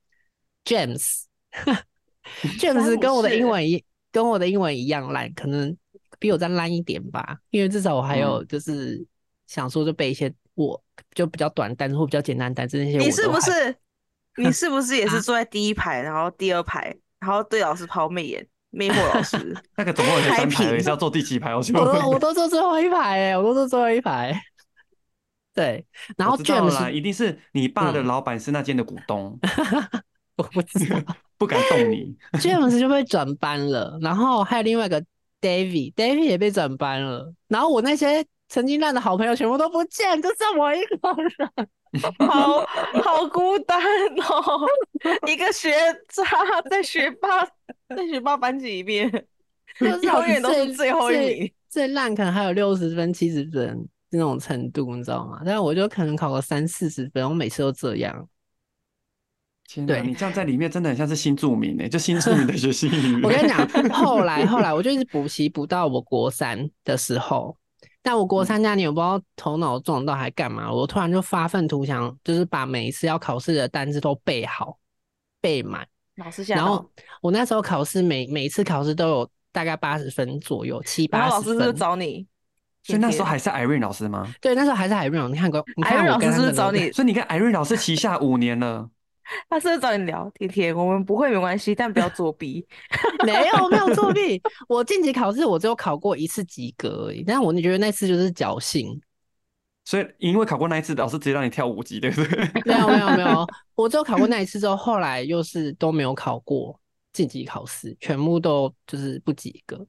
James，James 詹姆跟我的英士， 文一跟我的英文一样烂，可能比我再烂一点吧。因为至少我还有嗯， 就是想说就背一些我就比较短的单词或比较简单的单词，那些你是我都还不是你是不是也是啊坐在第一排，然后第二排，然后对老师抛媚眼，魅惑老师， 那个总共才开三排而已，是屏？ 要坐第几排？我就我都我都坐最后一排哎、我都坐最后一排。对，然我后知道了啦， James 一定是你爸的嗯。 老板是那间的股东， 我不知道不敢动你。 ，James 就被转班了，然后还有另外一个 David，David 也被转班了，然后我那些曾经烂的好朋友全部都不见，就剩我一个人。 好好孤单哦，一个学渣在学霸在学霸班级里面， 就是老永师最远都是最后一最名。 最烂，可能还有六十分、七十分那种程度，你知道吗？但是我就可能考个三四十分，我每次都这样。 天哪， 对， 你这样在里面真的很像是新住民诶，就新住民的学习语。 我跟你讲，后来后来我就一直补习，补到我国三的时候。但我国嗯， 三那年我不知道头脑撞到还干嘛，我突然就发愤图强，就是把每一次要考试的单词都背好、背满。 老师吓然后到， 我那时候考试每每一次考试都有大概八十分左右，七然后八老师是不是十分。 找你？ 所以那时候天天， 还是 Irene 老师吗？ 对，那时候还是海润，你看过？你艾瑞看我老师是不是跟他跟多个找你？ 所以你跟 Irene 老师旗下五年了。 他是不是找你聊？天天，我们不会没关系，但不要作弊。 没有没有作弊。我晋级考试我只有考过一次及格而已，但我觉得那次就是侥幸。 所以因为考过那一次，老师直接让你跳五级，对不对？ 没有没有没有，我只有考过那一次之后，后来又是都没有考过晋级考试，全部都就是不及格。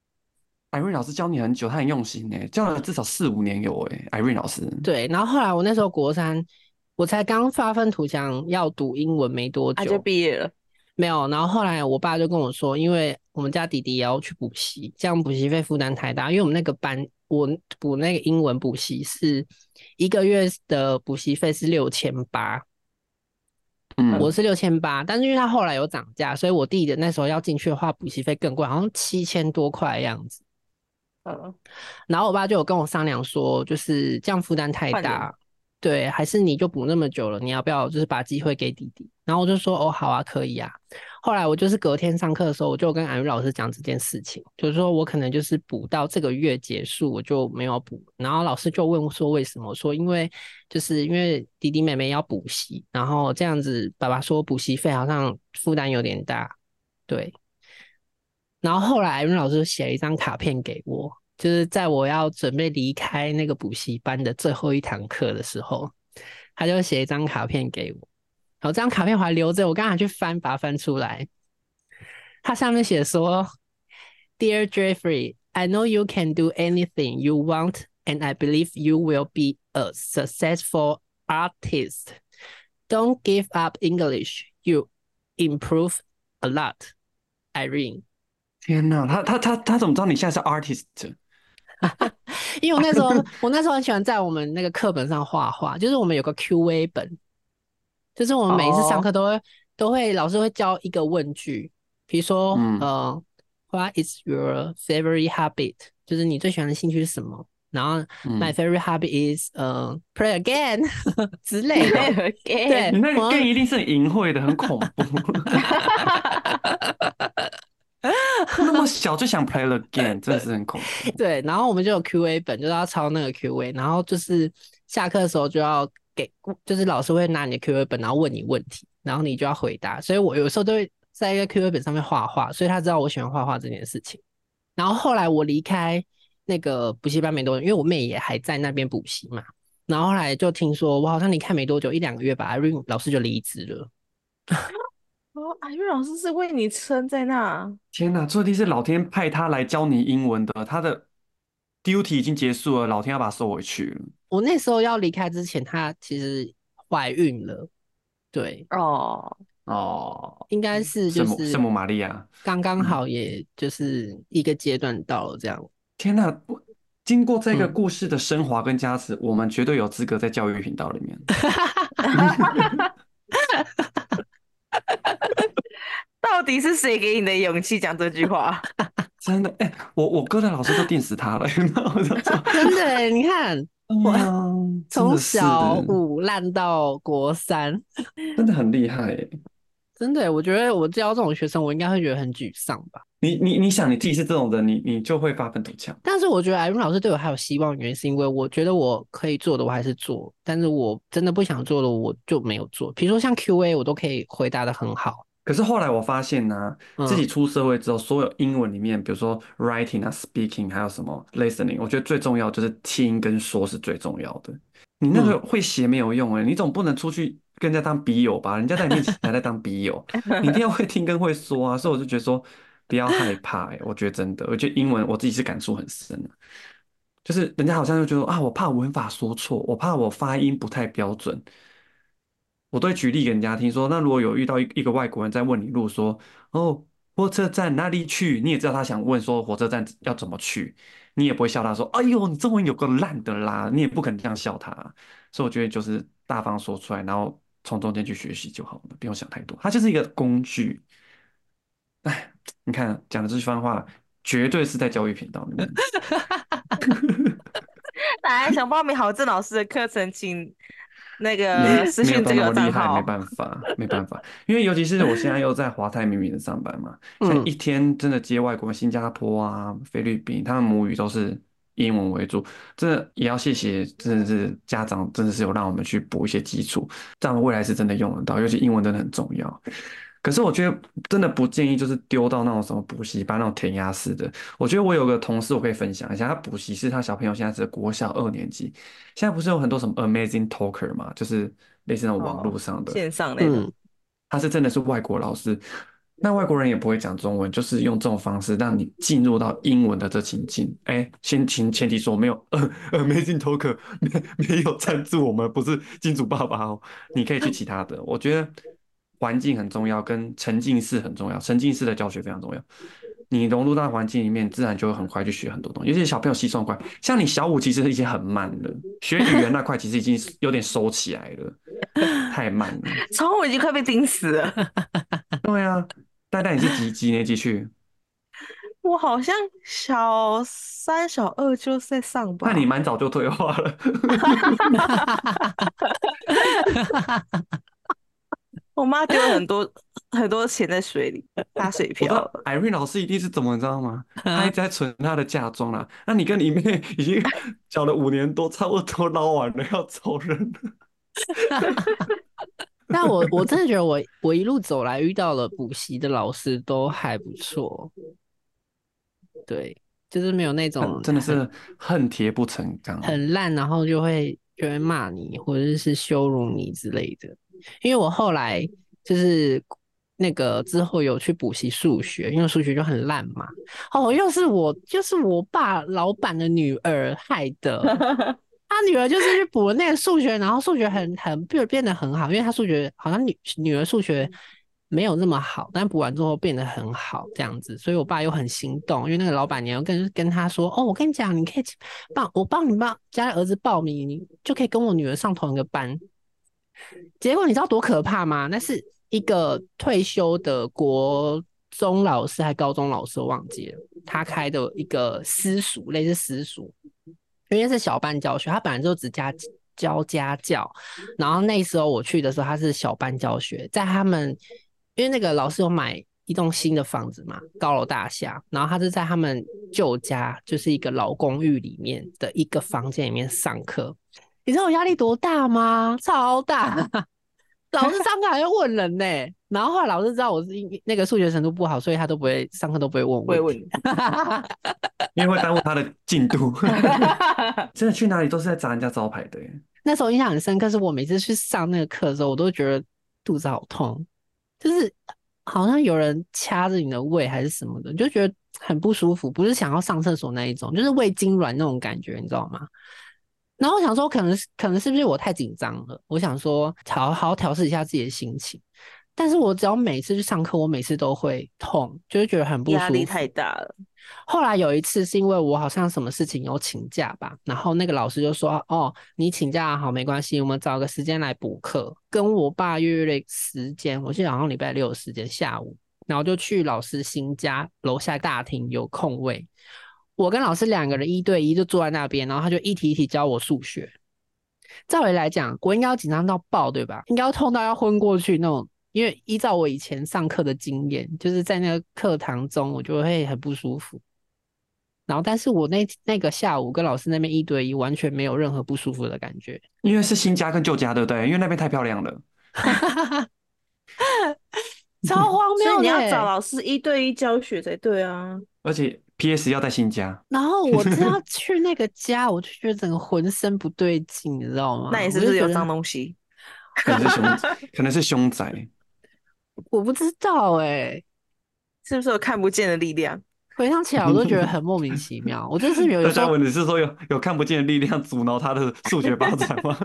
Irene 老师教你很久，他很用心诶，教了至少四五年有诶。Irene 老师， 对，然后后来我那时候国三，我才刚发愤图强要读英文没多啊，就久， 毕业了。 没有。然后后来我爸就跟我说，因为我们家弟弟也要去补习，这样补习费负担太大。因为我们那个班，我补那个英文补习是一个月的补习费是六千八，我嗯， 是六千八，但是因为他后来有涨价，所以我弟的那时候要进去的话，补习费更贵，好像七千多块的样子。 嗯， 然后我爸就有跟我商量说，就是这样负担太换人。 大，对，还是你就补那么久了，你要不要就是把机会给弟弟？然后我就说，哦，好啊，可以啊。后来我就是隔天上课的时候，我就跟安瑞老师讲这件事情，就是说我可能就是补到这个月结束，我就没有补。然后老师就问说为什么？我说因为就是因为弟弟妹妹要补习，然后这样子爸爸说补习费好像负担有点大，对。然后后来艾伦老师写了一张卡片给我，就是在我要准备离开那个补习班的最后一堂课的时候，他就写一张卡片给我。然后这张卡片我还留着，我刚才去翻，把它翻出来。它上面写说：“Dear Jeffrey, I know you can do anything you want, and I believe you will be a successful artist. Don't give up English. You improve a lot, Irene.” 天哪，他他他他怎么知道你现在是 artist？ 因为我那时候我那时候很喜欢在我们那个课本上画画，就是我们有个 Q A 本，就是我们每一次上哦， 课都会都会老师会教一个问句，比如说嗯呃，What is your favorite habit？就是你最喜欢的兴趣是什么？然后 My 嗯， favorite habit is 呃 play again 之类的。 again， 对， 你那个 gay 我一定是很淫秽的，很恐怖。那么小就想 play the game，真的是很恐怖。 对，然后我们就有 Q A 本，就是要抄那个 Q A，然后就是下课的时候就要给，就是老师会拿你的 Q A 本，然后问你问题，然后你就要回答。所以我有时候都会在一个 Q A 本上面画画，所以他知道我喜欢画画这件事情。然后后来我离开那个补习班没多久，因为我妹也还在那边补习嘛。然后后来就听说我好像离开没多久，一两个月吧，Irene 老师就离职了。 啊，岳老师是为你撑在那。 天哪，这一定是老天派他来教你英文的，他的 duty 已经结束了，老天要把他收回去了。 我那时候要离开之前，她其实怀孕了，对， 哦， 哦， 应该是就是圣母圣母玛利亚， 刚刚嗯， 好，也就是一个阶段到了这样。 天哪，我经过这个嗯， 故事的升华跟加持，我们绝对有资格在教育频道里面。 到底是谁给你的勇气讲这句话？ 真的，哎、我我哥的老师都电死他了，那我就说， 真的耶，你看我对啊，真从的是， 小五烂到国三， 真的很厉害哎。 真的耶，我觉得我教这种学生，我应该会觉得很沮丧吧。 你你你想你自己是这种人，你你就会发愤图强。 但是我觉得艾润老师对我还有希望，原因是因为我觉得我可以做的我还是做，但是我真的不想做的我就没有做。比如说像 Q A 我都可以回答的很好， 可是后来我发现呢、自己嗯出社会之后，所有英文里面，比如说 writing 啊、speaking，还有什么 listening，我觉得最重要就是听跟说是最重要的。你那个嗯， 会写没有用哎、你总不能出去跟人家当笔友吧？人家在你面前还在当笔友，你一定要会听跟会说啊。所以我就觉得说，不要害怕哎、我觉得真的，我觉得英文我自己是感触很深的，就是人家好像就觉得啊，我怕文法说错，我怕我发音不太标准。我都会举例给人家听说，那如果有遇到一一个外国人在问你路，说哦，火车站哪里去？你也知道他想问说火车站要怎么去，你也不会笑他说，哎呦，你中文有个烂的啦，你也不可能这样笑他。所以我觉得就是大方说出来，然后从中间去学习就好了，不用想太多。它就是一个工具。哎，你看讲的这番话，绝对是在教育频道里面。 来，想报名郝正老师的课程，请那也个私没有到讯这个那么厉害，没账号。 办法，没办法，因为尤其是我现在又在华泰明明的上班嘛，现在嗯， 一天真的接外国人，新加坡啊、菲律宾，他们母语都是英文为主，真的也要谢谢，真的是家长真的是有让我们去补一些基础，这样未来是真的用得到，尤其英文真的很重要。可是我觉得真的不建议就是丢到那种什么补习班那种填鸭式的。我觉得我有个同事，我可以分享一下，他补习是他小朋友现在是国小二年级，现在不是有很多什么 Amazing Talker 嘛，就是类似那种网哦， 络上的， 线上那种。 嗯， 他是真的是外国老师，那外国人也不会讲中文，就是用这种方式让你进入到英文的这情境。哎，先前前提说没有呃 Amazing Talker 没没有赞助我们，不是金主爸爸哦，你可以去其他的。我觉得环境很重要，跟沉浸式很重要，沉浸式的教学非常重要。你融入到环境里面，自然就会很快去学很多东西。尤其是小朋友吸收很快，像你小五其实已经很慢了，学语言那块其实已经有点收起来了，太慢了。 窗户已经快被钉死了。 对啊，戴戴你是几几年级去？ 我好像小三、小二就在上那你吧。 蛮早就退化了。 我妈丢了很多很多钱在水里，打水我知道漂了。 Irene 老师一定是怎么，你知道吗？他一直在存他的嫁妆啦。那你跟你妹已经缴了五年多，差不多捞完了，要走人了。 但我我真的觉得我我一路走来遇到了补习的老师都还不错，对，就是没有那很种很真的是恨铁不成钢。 很烂，然后就会就会骂你或者是羞辱你之类的。因为我后来就是那个之后有去补习数学，因为数学就很烂嘛。哦，又是我就是我爸老板的女儿害的。他女儿就是去补了那个数学，然后数学很很变变得很好，因为他数学好像女女儿数学没有那么好，但补完之后变得很好这样子，所以我爸又很心动，因为那个老板娘跟跟他说：“哦，我跟你讲，你可以帮我帮你帮家儿子报名，你就可以跟我女儿上同一个班。”结果你知道多可怕吗？那是一个退休的国中老师还高中老师，我忘记了，他开的一个私塾，类似私塾。因为是小班教学，他本来就只加教家教，然后那时候我去的时候，他是小班教学，在他们因为那个老师有买一栋新的房子嘛，高楼大厦，然后他是在他们旧家，就是一个老公寓里面的一个房间里面上课，你知道我压力多大吗？超大！老师上课还会问人呢、欸，然后后来老师知道我是那个数学程度不好，所以他都不会上课都不会问我问题。 我也问你。 因为会耽误他的进度。真的去哪里都是在砸人家招牌的耶。 那时候印象很深刻，是我每次去上那个课的时候，我都觉得肚子好痛，就是好像有人掐着你的胃还是什么的，就觉得很不舒服，不是想要上厕所那一种，就是胃痉挛那种感觉，你知道吗？然后我想说，可能是可能是不是我太紧张了？我想说好好好调试一下自己的心情。但是我只要每次去上课，我每次都会痛，就是觉得很不压力舒服。 太大了。 后来有一次是因为我好像什么事情有请假吧，然后那个老师就说：“哦，你请假好没关系，我们找个时间来补课。”跟我爸约约了一个时间，我记得好像礼拜六的时间下午，然后就去老师新家楼下大厅有空位，我跟老师两个人一对一就坐在那边，然后他就一题一题教我数学。照理来讲，我应该要紧张到爆，对吧？应该要痛到要昏过去那种。因为依照我以前上课的经验，就是在那个课堂中，我就会很不舒服。然后，但是我那那个下午跟老师那边一对一，完全没有任何不舒服的感觉。 因为是新家跟旧家，对不对？因为那边太漂亮了。 超荒所以你要找谬的欸。 老师一对一教学才对啊。 而且 P S 要在新家。 然后我只要去那个家，我就觉得整个浑身不对劲，你知道吗？ 那你是我就觉得不是有脏东西？ 可能是凶，可能是凶宅。 我不知道哎、欸， 是不是有看不见的力量？ 回想起来我都觉得很莫名其妙。我真是有有时候， 大家问你是说有有看不见的力量阻挠他的数学发展吗？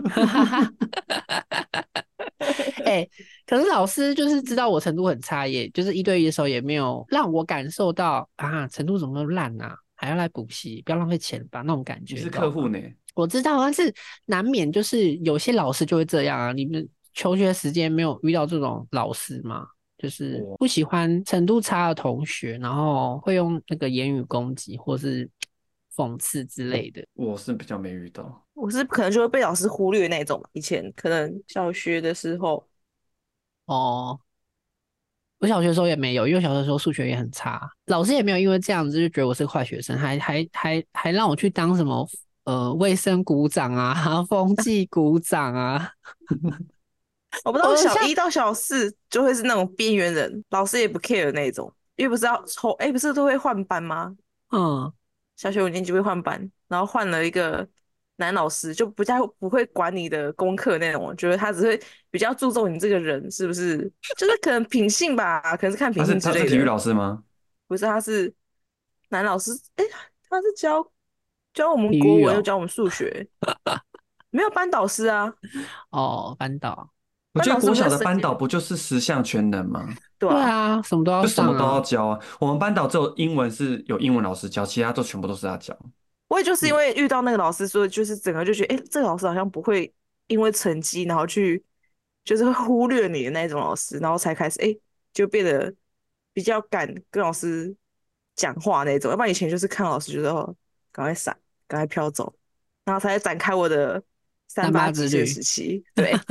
哎、欸，可是老师就是知道我程度很差，也就是一对一的时候也没有让我感受到啊程度怎么那么烂啊，还要来补习，不要浪费钱吧那种感觉， 你是你知道吗？ 客户呢？ 我知道，但是难免就是有些老师就会这样啊。你们求学时间没有遇到这种老师吗？就是不喜欢程度差的同学，然后会用那个言语攻击或是讽刺之类的。 我是比较没遇到。 我是可能就会被老师忽略那种。以前可能小学的时候， 哦，我小学的时候也没有，因为小学的时候数学也很差，老师也没有因为这样子就觉得我是个坏学生，还还还还让我去当什么呃卫生股长啊、风纪股长啊。 我不知道我像小一到小四就会是那种边缘人，老师也不 care 的那种，因为不是要抽，哎，不是都会换班吗？ 嗯。 小学五年级会换班，然后换了一个男老师，就不太不会管你的功课那种，我觉得他只会比较注重你这个人是不是，就是可能品性吧，可能是看他是品性之他是体育类的。 老师吗？ 不是，他是男老师，哎，他是教教我们国文又体育哦。 教我们数学，没有班导师啊， 哦，班导。 我觉得班导师不国小的班是升级， 导不就是十项全能吗？ 对啊， 对啊，什么都要就什么都要上啊。 教啊。我们班导只有英文是有英文老师教，其他都全部都是他教。 我也就是因为遇到那个老师，所以就是整个就觉得，哎，这个老师好像不会因为成绩然后去就是会忽略你的那种老师，然后才开始哎就变得比较敢跟老师讲话那种，要不然以前就是看老师觉得哦赶快闪，赶快飘走，然后才展开我的三三八极限八之旅。 时期。对，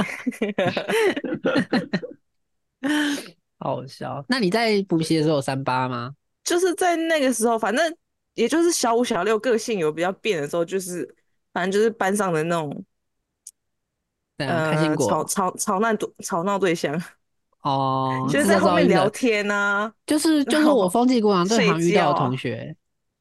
好好笑。那你在补习的时候有三八吗？ 就是在那个时候，反正也就是小五小六个性有比较变的时候，就是反正就是班上的那种对啊，开心呃吵果。 吵吵闹对吵闹对象， 哦，制就是在后面造噪音的。 聊天啊， 就是就是我然后风纪鼓掌最睡常遇到的觉啊。 同学。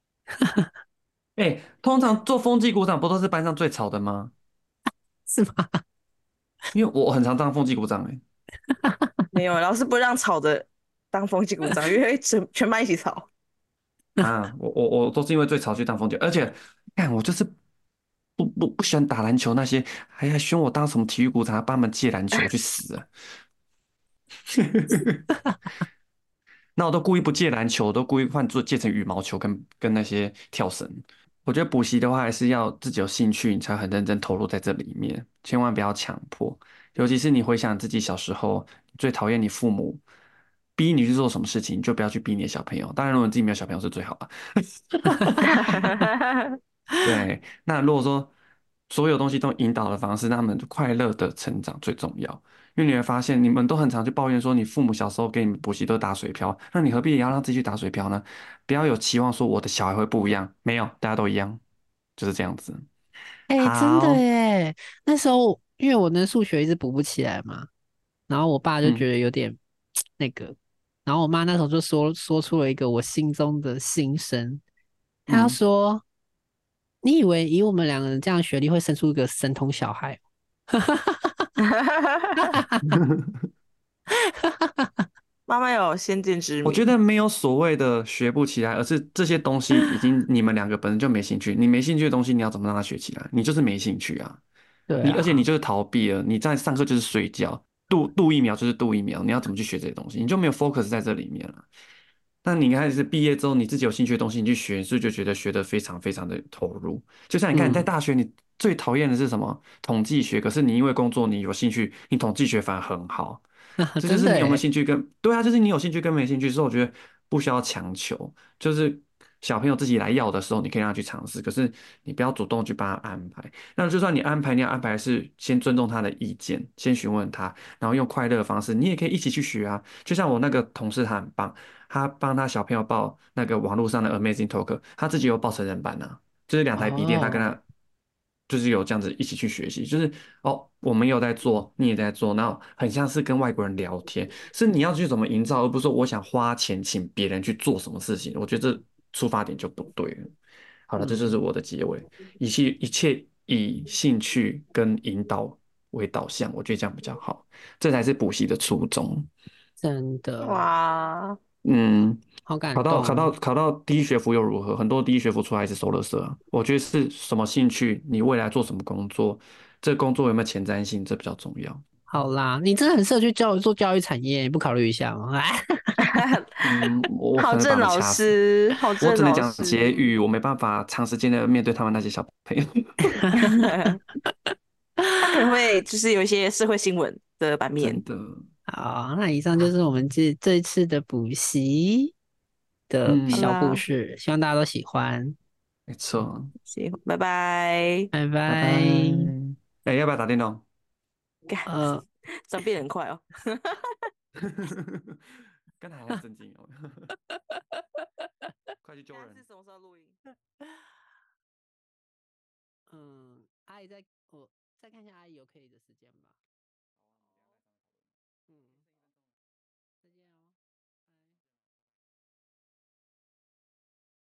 哎、通常做风纪鼓掌不都是班上最吵的吗？ 是吗？ 因为我很常当风纪鼓掌哎、 没有，老师不让吵的当风纪鼓掌，因为整全班一起吵。 啊，我我我都是因为最吵去当风纪，而且看我就是不不不喜欢打篮球那些，还还选我当什么体育鼓掌，还帮他们借篮球去死啊！那我都故意不借篮球，我都故意换做借成羽毛球跟跟那些跳绳。我觉得补习的话，还是要自己有兴趣，你才很认真投入在这里面，千万不要强迫。尤其是你回想自己小时候，最讨厌你父母逼你去做什么事情，你就不要去逼你的小朋友。当然，如果你自己没有小朋友是最好的。对，那如果说所有东西都引导的方式，让他们快乐的成长最重要。因为你会发现，你们都很常去抱怨说，你父母小时候给你们补习都打水漂，那你何必也要让自己去打水漂呢？不要有期望说我的小孩会不一样，没有，大家都一样，就是这样子。 哎、真的好， 耶！那时候因为我的数学一直补不起来嘛，然后我爸就嗯觉得有点那个，然后我妈那时候就说说出了一个我心中的心声，她嗯， 说：“你以为以我们两个人这样的学历会生出一个神童小孩哦？” 妈妈有先见之我觉明。 得没有所谓的学不起来，而是这些东西已经你们两个本身就没兴趣，你没兴趣的东西，你要怎么让他学起来？你就是没兴趣啊，你而且你对啊， 就是逃避了，你在上课就是睡觉，度度一秒就是度一秒，你要怎么去学这些东西？你就没有 focus 在这里面了。那你开始毕业之后，你自己有兴趣的东西，你去学，是不是就觉得学得非常非常的投入？就像你看，你在嗯， 大学，你最讨厌的是什么？统计学。可是你因为工作，你有兴趣，你统计学反而很好。这就是你有没有真的诶， 兴趣跟，对啊，就是你有兴趣跟没兴趣。所以我觉得不需要强求，就是小朋友自己来要的时候，你可以让他去尝试，可是你不要主动去帮他安排。那就算你安排，你要安排的是先尊重他的意见，先询问他，然后用快乐的方式，你也可以一起去学啊。就像我那个同事，他很棒。他帮他小朋友报那个网络上的 Amazing Talk，他自己有报成人版啊，就是两台笔电，他跟哦， 他就是有这样子一起去学习，就是哦，我们有在做，你也在做，然后很像是跟外国人聊天，是你要去怎么营造，而不是说我想花钱请别人去做什么事情，我觉得这出发点就不对了。好了，这就是嗯， 我的结尾，一切一切以兴趣跟引导为导向，我觉得这样比较好，这才是补习的初衷。 真的哇， 嗯， 好考感动哦。 到考到考到第一学府又如何？很多第一学府出来是收垃圾啊。我觉得是什么兴趣，你未来做什么工作，这工作有没有前瞻性，这比较重要。 好啦，你真的很适合去教做教育产业，你不考虑一下吗？ 嗯，我我可能会把他们好郑老掐死， 师，好郑老我只能讲结师。 语，我没办法长时间的面对他们那些小朋友。 他可能会就是有一些社会新闻的版面。 真的， 好，那以上就是我们这这一次的补习的小故嗯， 好啦， 事，希望大家都喜欢。 没错， 行，拜拜。 拜拜拜。 拜。 哎，要不要打电动？ 干， 呃， 转变很快哦。 刚才还在震惊哦，快去救人。 现在是什么时候录音？ 嗯，阿姨在，我再看一下阿姨有可以的时间吧。